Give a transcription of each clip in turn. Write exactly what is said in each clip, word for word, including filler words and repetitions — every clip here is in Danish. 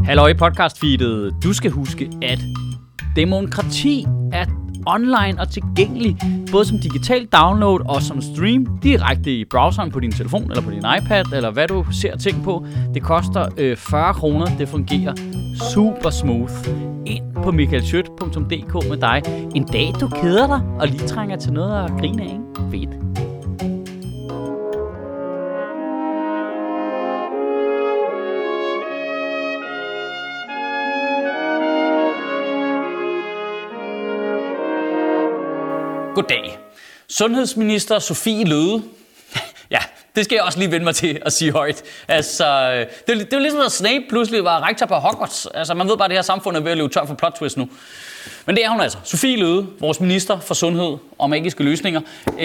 Halløj i podcastfeedet. Du skal huske, at demokrati er online og tilgængelig, både som digital download og som stream direkte i browseren på din telefon eller på din iPad, eller hvad du ser ting på. Det koster øh, fyrre kroner. Det fungerer super smooth. Ind på michael schødt punktum d k med dig. En dag du keder dig og lige trænger til noget at grine af, ikke? Fedt. Goddag. Sundhedsminister Sophie Løhde. Ja, det skal jeg også lige vende mig til at sige højt. Altså, det er, det er ligesom, at Snape pludselig var rektor på Hogwarts. Altså, man ved bare, at det her samfund er ved at løbe tør for plot twist nu. Men det er hun altså. Sophie Løhde, vores minister for sundhed og magiske løsninger,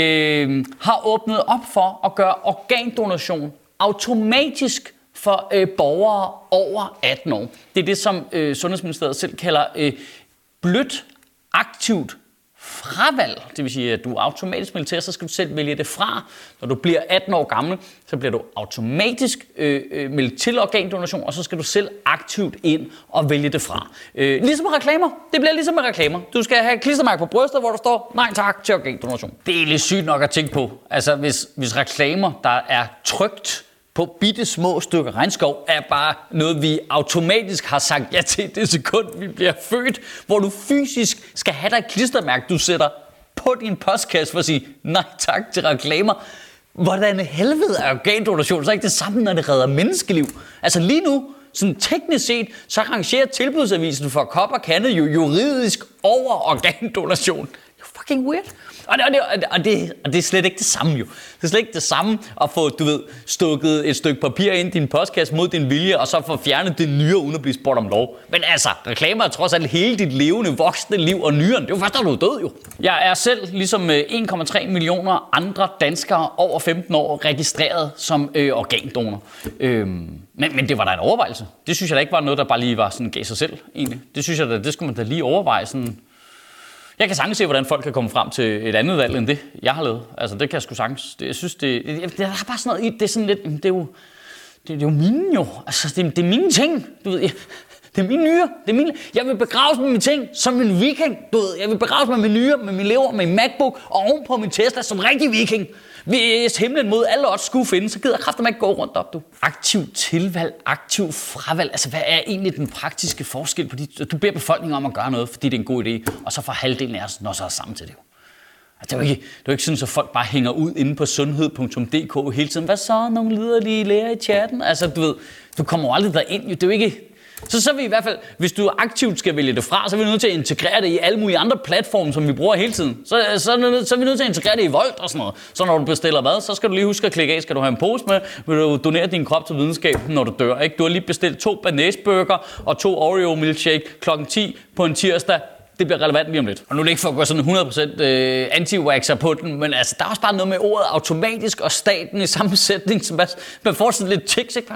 øh, har åbnet op for at gøre organdonation automatisk for øh, borgere over atten år. Det er det, som øh, Sundhedsministeriet selv kalder øh, blødt aktivt fravalg. Det vil sige, at du automatisk militær, så skal du selv vælge det fra. Når du bliver atten år gammel, så bliver du automatisk øh, øh, meldt til organdonation, og så skal du selv aktivt ind og vælge det fra. Øh, ligesom med reklamer. Det bliver ligesom med reklamer. Du skal have et klistermærke på brystet, hvor der står nej tak til organdonation. Det er lidt sygt nok at tænke på. Altså, hvis, hvis reklamer, der er trykt på bitte små stykker regnskov, er bare noget, vi automatisk har sagt ja til det sekund, vi bliver født, hvor du fysisk skal have dig et klistermærke, du sætter på din postkasse for at sige nej tak til reklamer. Hvordan helvede er organdonation så ikke det samme, når det redder menneskeliv? Altså lige nu, sådan teknisk set, så rangerer tilbudsavisen for kop og kande jo juridisk over organdonation. Det er fucking weird. Og det, og, det, og, det, og det er slet ikke det samme jo. Det er slet ikke det samme at få, du ved, stukket et stykke papir ind i din postkasse mod din vilje, og så få fjernet din nyre uden at blive spurgt om lov. Men altså, reklamer er trods alt hele dit levende, voksne liv og nyren. Det er jo først, da du er død jo. Jeg er selv, ligesom en komma tre millioner andre danskere over femten år, registreret som øh, organdonor. Øhm, men, men det var da en overvejelse. Det synes jeg da ikke var noget, der bare lige var sådan gav sig selv, egentlig. Det synes jeg da, det skulle man da lige overveje sådan. Jeg kan sagtens se, hvordan folk kan komme frem til et andet valg, end det, jeg har lavet. Altså, det kan jeg sgu sagtens. Det, jeg synes, det, det, det er bare sådan noget i, det er sådan lidt, det er jo, det, det er jo mine jo. Altså, det, det er mine ting, du ved. Jeg, det er mine nyre, det er mine. Jeg vil begraves med mine ting som en viking, du ved. Jeg vil begraves med mine nyre, med min lever, med min MacBook og ovenpå min Tesla som rigtig viking. Hvis himlen mod alle odds skulle finde, så gider jeg kraftedeme ikke gå rundt op, du. Aktiv tilvalg, aktiv fravalg. Altså, hvad er egentlig den praktiske forskel på de? Du beder befolkningen om at gøre noget, fordi det er en god idé, og så får halvdelen af os når så er sammen til det. Altså, det er jo ikke, det er jo ikke sådan, at folk bare hænger ud inde på sundhed punktum d k hele tiden. Hvad så? Nogle liderlige læger i chatten? Altså, du ved, du kommer jo aldrig derind. Det er jo ikke. Så så er vi i hvert fald, hvis du aktivt skal vælge det fra, så er vi nødt til at integrere det i alle mulige andre platforme, som vi bruger hele tiden. Så, så, så er vi nødt til at integrere det i Volt og sådan noget. Så når du bestiller mad, så skal du lige huske at klikke af. Skal du have en pose med, vil du donere din krop til videnskab, når du dør. Ikke? Du har lige bestilt to banæsburger og to Oreo milkshake klokken ti på en tirsdag. Det bliver relevant lige om lidt. Og nu er det ikke for at gå sådan hundrede procent øh, anti-waxer på den, men altså, der er også bare noget med ordet automatisk og staten i samme sætning, som man, man får sådan lidt tics, ikke?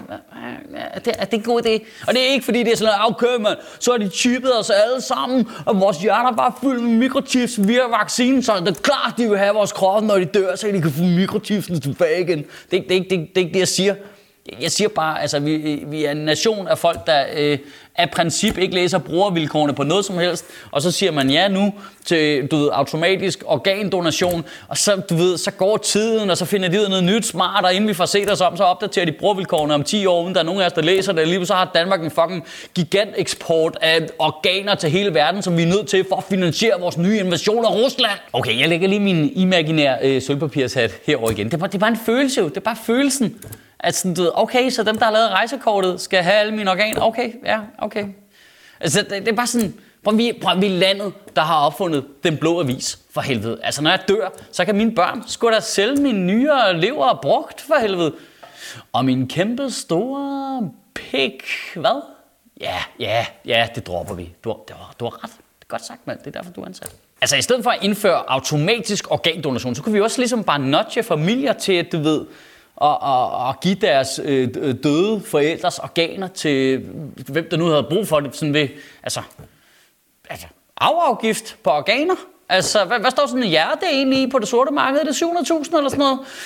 Er det, er det en god idé? Og det er ikke fordi, det er sådan noget, okay mand, så er de chippet os alle sammen, og vores hjerner er bare fyldt med mikrochips via vaccinen, så det er klart, de vil have vores kroppe, når de dør, så de kan få mikrochipsene tilbage igen. Det er, det, er, det, er, det er ikke det, jeg siger. Jeg siger bare, altså, vi, vi er en nation af folk, der øh, af princip ikke læser brugervilkårene på noget som helst, og så siger man ja nu til, du ved, automatisk organdonation, og så, du ved, så går tiden, og så finder de ud af noget nyt smart, og inden vi får set os om, så opdaterer de brugervilkårene om ti år, uden der er nogen af os, der læser det, og lige så har Danmark en fucking giganteksport af organer til hele verden, som vi er nødt til for at finansiere vores nye invasion af Rusland. Okay, jeg lægger lige min imaginære øh, sølvpapirshat herover igen. Det er, bare, det er bare en følelse jo, det er bare følelsen. Altså, du ved, okay, så dem, der har lavet rejsekortet, skal have alle mine organer. Okay, ja, okay. Altså, det, det er bare sådan, prøv, vi, prøv, vi er landet, der har opfundet den blå avis, for helvede. Altså, når jeg dør, så kan mine børn sgu da sælge mine nyere lever brugt, for helvede. Og min kæmpe store pik, hvad? Ja, ja, ja, det dropper vi. Du, du, du har ret. Det er godt sagt, mand. Det er derfor, du er ansat. Altså, i stedet for at indføre automatisk organdonation, så kunne vi også ligesom bare nudge familier til, at du ved, Og, og, og give deres øh, døde forældres organer til hvem der nu havde brug for det, sådan ved, altså, altså arveafgift på organer. Altså, hvad, hvad står sådan en hjerte egentlig på det sorte marked? Er det syv hundrede tusind eller sådan noget?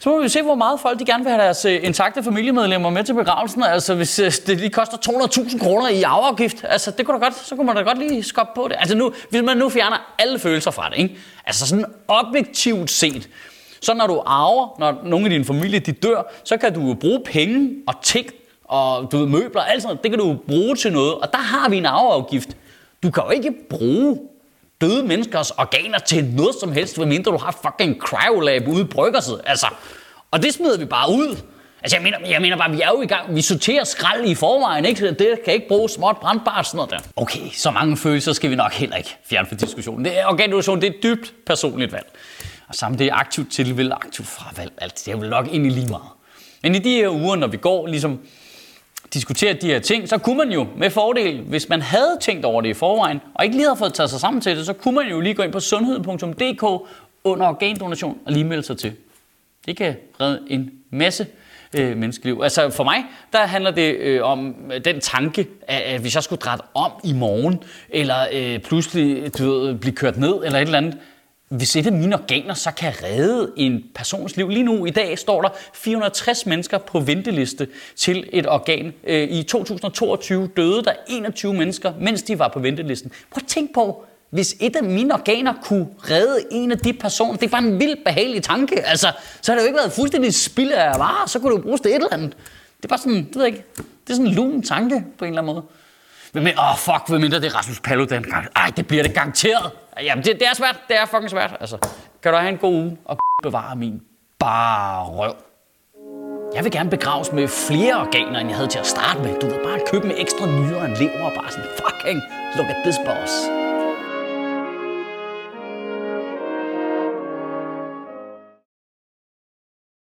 Så må vi se, hvor meget folk de gerne vil have deres øh, intakte familiemedlemmer med til begravelsen. Altså, hvis øh, det lige koster to hundrede tusind kroner i arveafgift, altså, det kunne da godt, så kunne man da godt lige skoppe på det. Altså, nu, hvis man nu fjerner alle følelser fra det, ikke? Altså, sådan objektivt set, så når du arver, når nogle af dine familie de dør, så kan du jo bruge penge og ting og du ved, møbler og alt sådan noget. Det kan du bruge til noget, og der har vi en arveafgift. Du kan jo ikke bruge døde menneskers organer til noget som helst, medmindre du har fucking cryolab ude i bryggerset. Altså, og det smider vi bare ud. Altså, jeg mener, jeg mener bare, vi er jo i gang. Vi sorterer skrald i forvejen, ikke? Det kan ikke bruges småt brandbart sådan noget der. Okay, så mange følelser skal vi nok heller ikke fjerne for diskussionen. Det er organdonation, det er et dybt personligt valg. Og sammen det er aktivt tilvalg, aktivt fravalg. Alt det er jo nok egentlig lige meget. Men i de her uger, når vi går ligesom diskuterer de her ting, så kunne man jo med fordel, hvis man havde tænkt over det i forvejen, og ikke lige havde fået taget sig sammen til det, så kunne man jo lige gå ind på sundhed punktum d k under organdonation og lige melde sig til. Det kan redde en masse øh, menneskeliv. Altså for mig, der handler det øh, om den tanke, at, at hvis jeg skulle drætte om i morgen, eller øh, pludselig du ved, blive kørt ned, eller et eller andet, hvis et af mine organer så kan redde en persons liv. Lige nu i dag står der fire hundrede og tres mennesker på venteliste til et organ. I to tusind og toogtyve døde der enogtyve mennesker, mens de var på ventelisten. Prøv at tænk på, hvis et af mine organer kunne redde en af de personer. Det er bare en vild behagelig tanke. Altså, så har det jo ikke været fuldstændig spild af varer. Så kunne det jo bruges til et eller andet. Det er bare sådan, det ved jeg ikke. Det er sådan en lun tanke på en eller anden måde. Men, åh oh, fuck, hvad mindre det er Rasmus Paludan. Ej, det bliver det garanteret. Jamen, det, det er svært. Det er fucking svært. Altså, kan du have en god uge og bevare min bare røv. Jeg vil gerne begraves med flere organer, end jeg havde til at starte med. Du ved, bare købe med ekstra nyere end lever og bare sådan, fucking, look at this boss.